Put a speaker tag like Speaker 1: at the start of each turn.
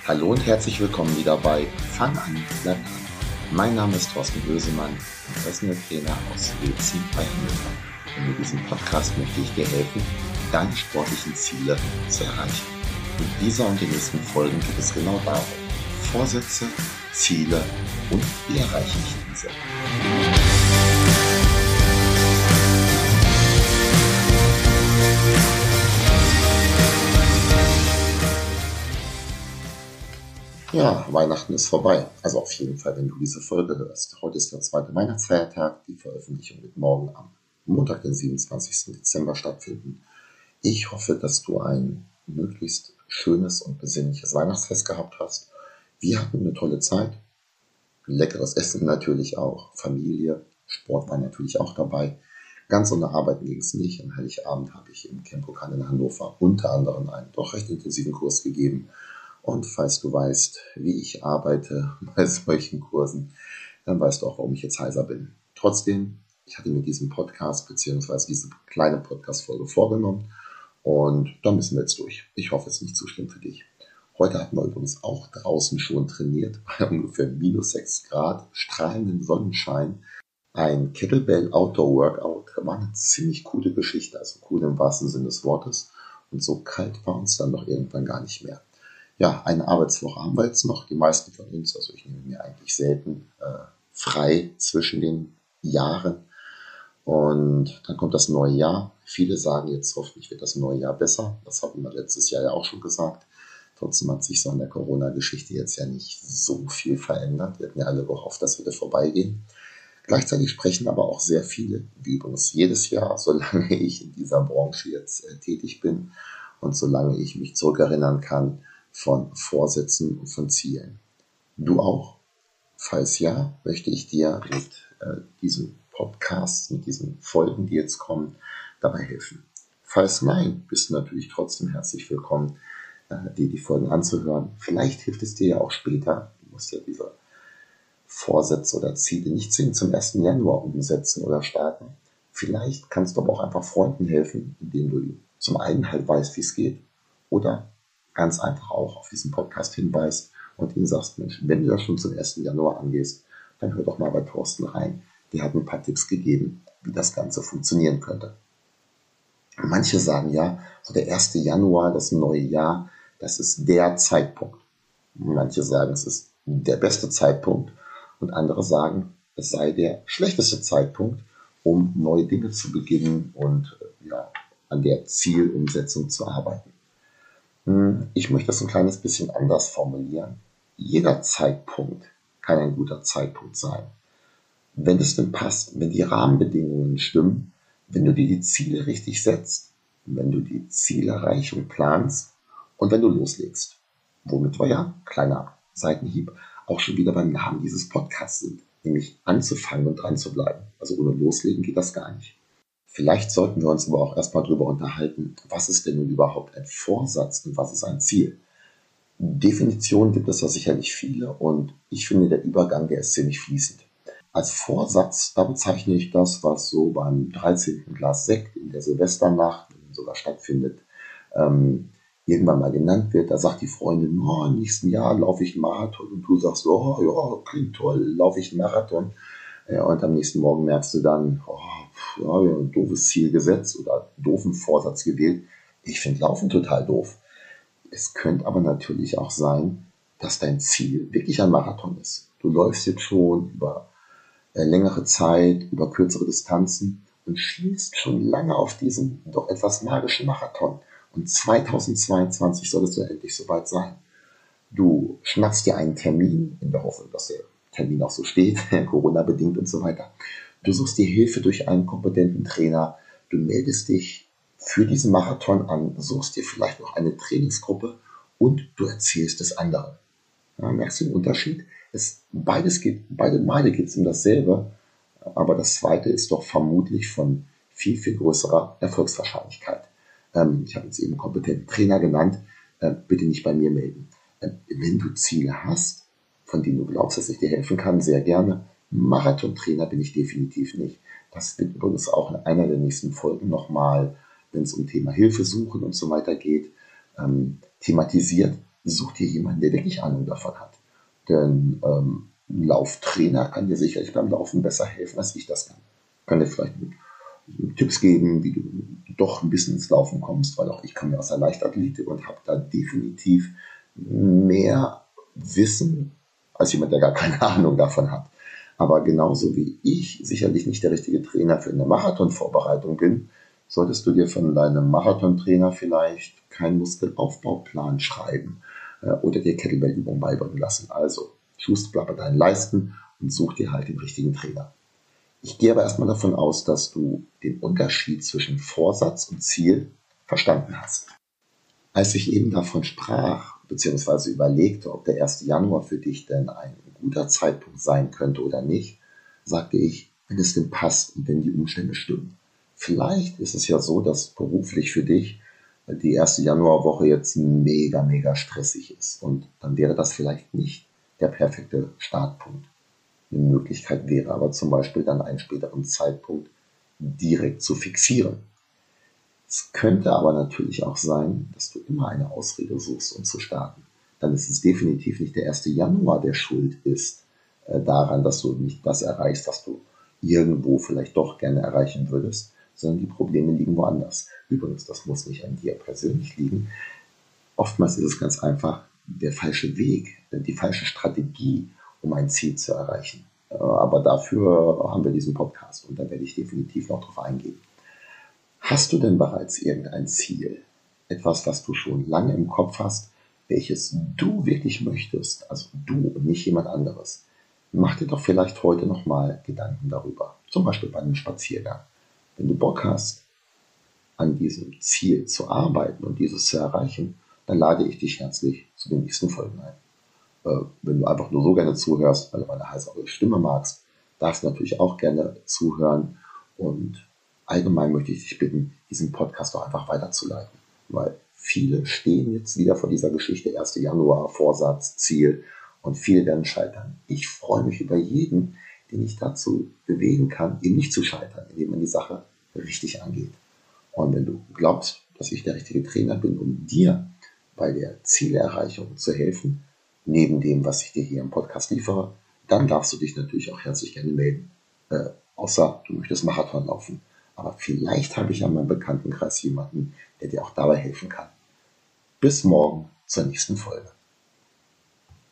Speaker 1: Hallo und herzlich willkommen wieder bei Fang an, bleib dran. Mein Name ist Thorsten Bösemann, Personal Trainer aus Lützen bei Hannover. Und mit diesem Podcast möchte ich dir helfen, deine sportlichen Ziele zu erreichen. In dieser und den nächsten Folgen geht es genau darum: Vorsätze, Ziele und wie erreiche ich diese. Ja, Weihnachten ist vorbei. Also auf jeden Fall, wenn du diese Folge hörst. Heute ist der zweite Weihnachtsfeiertag. Die Veröffentlichung wird morgen am Montag, den 27. Dezember stattfinden. Ich hoffe, dass du ein möglichst schönes und besinnliches Weihnachtsfest gehabt hast. Wir hatten eine tolle Zeit. Leckeres Essen natürlich auch. Familie, Sport war natürlich auch dabei. Ganz ohne Arbeiten ging es nicht. Am Heiligabend habe ich im Campokan in Hannover unter anderem einen doch recht intensiven Kurs gegeben. Und falls du weißt, wie ich arbeite bei solchen Kursen, dann weißt du auch, warum ich jetzt heiser bin. Trotzdem, ich hatte mir diesen Podcast bzw. diese kleine Podcast-Folge vorgenommen und da müssen wir jetzt durch. Ich hoffe, es ist nicht zu schlimm für dich. Heute hatten wir übrigens auch draußen schon trainiert, bei ungefähr -6 Grad, strahlenden Sonnenschein. Ein Kettlebell Outdoor Workout war eine ziemlich coole Geschichte, also cool im wahrsten Sinne des Wortes. Und so kalt war uns dann noch irgendwann gar nicht mehr. Ja, eine Arbeitswoche haben wir jetzt noch. Die meisten von uns, also ich nehme mir eigentlich selten frei zwischen den Jahren. Und dann kommt das neue Jahr. Viele sagen jetzt, hoffentlich wird das neue Jahr besser. Das hatten wir letztes Jahr ja auch schon gesagt. Trotzdem hat sich so an der Corona-Geschichte jetzt ja nicht so viel verändert. Wir hatten ja alle gehofft, das würde vorbeigehen. Gleichzeitig sprechen aber auch sehr viele, wie übrigens jedes Jahr, solange ich in dieser Branche jetzt tätig bin und solange ich mich zurückerinnern kann, von Vorsätzen und von Zielen. Du auch? Falls ja, möchte ich dir mit diesem Podcast, mit diesen Folgen, die jetzt kommen, dabei helfen. Falls nein, bist du natürlich trotzdem herzlich willkommen, dir die Folgen anzuhören. Vielleicht hilft es dir ja auch später. Du musst ja diese Vorsätze oder Ziele nicht zwingend zum 1. Januar umsetzen oder starten. Vielleicht kannst du aber auch einfach Freunden helfen, indem du zum einen halt weißt, wie es geht, oder ganz einfach auch auf diesen Podcast hinweist und ihnen sagst, Mensch, wenn du das schon zum 1. Januar angehst, dann hör doch mal bei Thorsten rein. Der hat mir ein paar Tipps gegeben, wie das Ganze funktionieren könnte. Manche sagen ja, so der 1. Januar, das neue Jahr, das ist der Zeitpunkt. Manche sagen, es ist der beste Zeitpunkt und andere sagen, es sei der schlechteste Zeitpunkt, um neue Dinge zu beginnen und an der Zielumsetzung zu arbeiten. Ich möchte das ein kleines bisschen anders formulieren. Jeder Zeitpunkt kann ein guter Zeitpunkt sein. Wenn es denn passt, wenn die Rahmenbedingungen stimmen, wenn du dir die Ziele richtig setzt, wenn du die Zielerreichung planst und wenn du loslegst. Womit wir ja, kleiner Seitenhieb, auch schon wieder beim Namen dieses Podcasts sind, nämlich anzufangen und dran zu bleiben. Also ohne Loslegen geht das gar nicht. Vielleicht sollten wir uns aber auch erstmal darüber unterhalten, was ist denn nun überhaupt ein Vorsatz und was ist ein Ziel? Definitionen gibt es da sicherlich viele und ich finde, der Übergang, der ist ziemlich fließend. Als Vorsatz, da bezeichne ich das, was so beim 13. Glas Sekt in der Silvesternacht, die sogar stattfindet, irgendwann mal genannt wird. Da sagt die Freundin, oh, im nächsten Jahr laufe ich einen Marathon und du sagst, oh ja, klingt toll, laufe ich einen Marathon. Und am nächsten Morgen merkst du dann, oh, ja, ein doofes Ziel gesetzt oder einen doofen Vorsatz gewählt. Ich finde Laufen total doof. Es könnte aber natürlich auch sein, dass dein Ziel wirklich ein Marathon ist. Du läufst jetzt schon über längere Zeit, über kürzere Distanzen und schielst schon lange auf diesen doch etwas magischen Marathon. Und 2022 soll es dann endlich soweit sein. Du schnappst dir einen Termin in der Hoffnung, dass der Termin auch so steht, Corona-bedingt und so weiter. Du suchst dir Hilfe durch einen kompetenten Trainer. Du meldest dich für diesen Marathon an, suchst dir vielleicht noch eine Trainingsgruppe und du erzählst es anderen. Ja, merkst du den Unterschied? Beide Male geht es um dasselbe, aber das zweite ist doch vermutlich von viel, viel größerer Erfolgswahrscheinlichkeit. Ich habe jetzt eben kompetenten Trainer genannt. Bitte nicht bei mir melden. Wenn du Ziele hast, von denen du glaubst, dass ich dir helfen kann, sehr gerne. Marathon-Trainer bin ich definitiv nicht. Das wird übrigens auch in einer der nächsten Folgen nochmal, wenn es um Thema Hilfe suchen und so weiter geht, thematisiert. such dir jemanden, der wirklich Ahnung davon hat. Denn ein Lauftrainer kann dir sicherlich beim Laufen besser helfen, als ich das kann. Kann dir vielleicht Tipps geben, wie du doch ein bisschen ins Laufen kommst, weil auch ich komme ja aus der Leichtathletik und habe da definitiv mehr Wissen als jemand, der gar keine Ahnung davon hat. Aber genauso wie ich sicherlich nicht der richtige Trainer für eine Marathonvorbereitung bin, solltest du dir von deinem Marathontrainer vielleicht keinen Muskelaufbauplan schreiben oder dir Kettlebell-Übungen beibringen lassen. Also schuster bei deinen Leisten und such dir halt den richtigen Trainer. Ich gehe aber erstmal davon aus, dass du den Unterschied zwischen Vorsatz und Ziel verstanden hast. Als ich eben davon sprach, beziehungsweise überlegte, ob der 1. Januar für dich denn ein guter Zeitpunkt sein könnte oder nicht, sagte ich, wenn es denn passt und wenn die Umstände stimmen. Vielleicht ist es ja so, dass beruflich für dich die 1. Januarwoche jetzt mega, mega stressig ist. Und dann wäre das vielleicht nicht der perfekte Startpunkt. Eine Möglichkeit wäre aber zum Beispiel dann einen späteren Zeitpunkt direkt zu fixieren. Es könnte aber natürlich auch sein, dass du immer eine Ausrede suchst, um zu starten. Dann ist es definitiv nicht der 1. Januar, der schuld ist daran, dass du nicht das erreichst, was du irgendwo vielleicht doch gerne erreichen würdest, sondern die Probleme liegen woanders. Übrigens, das muss nicht an dir persönlich liegen. Oftmals ist es ganz einfach der falsche Weg, die falsche Strategie, um ein Ziel zu erreichen. Aber dafür haben wir diesen Podcast und da werde ich definitiv noch drauf eingehen. Hast du denn bereits irgendein Ziel? Etwas, was du schon lange im Kopf hast, welches du wirklich möchtest, also du und nicht jemand anderes? Mach dir doch vielleicht heute nochmal Gedanken darüber, zum Beispiel bei einem Spaziergang. Wenn du Bock hast, an diesem Ziel zu arbeiten und dieses zu erreichen, dann lade ich dich herzlich zu den nächsten Folgen ein. Wenn du einfach nur so gerne zuhörst, weil du meine heißere Stimme magst, darfst du natürlich auch gerne zuhören. Und allgemein möchte ich dich bitten, diesen Podcast auch einfach weiterzuleiten. Weil viele stehen jetzt wieder vor dieser Geschichte, 1. Januar, Vorsatz, Ziel, und viele werden scheitern. Ich freue mich über jeden, den ich dazu bewegen kann, eben nicht zu scheitern, indem man die Sache richtig angeht. Und wenn du glaubst, dass ich der richtige Trainer bin, um dir bei der Zielerreichung zu helfen, neben dem, was ich dir hier im Podcast liefere, dann darfst du dich natürlich auch herzlich gerne melden. Außer du möchtest Marathon laufen. Aber vielleicht habe ich ja in meinem Bekanntenkreis jemanden, der dir auch dabei helfen kann. Bis morgen zur nächsten Folge.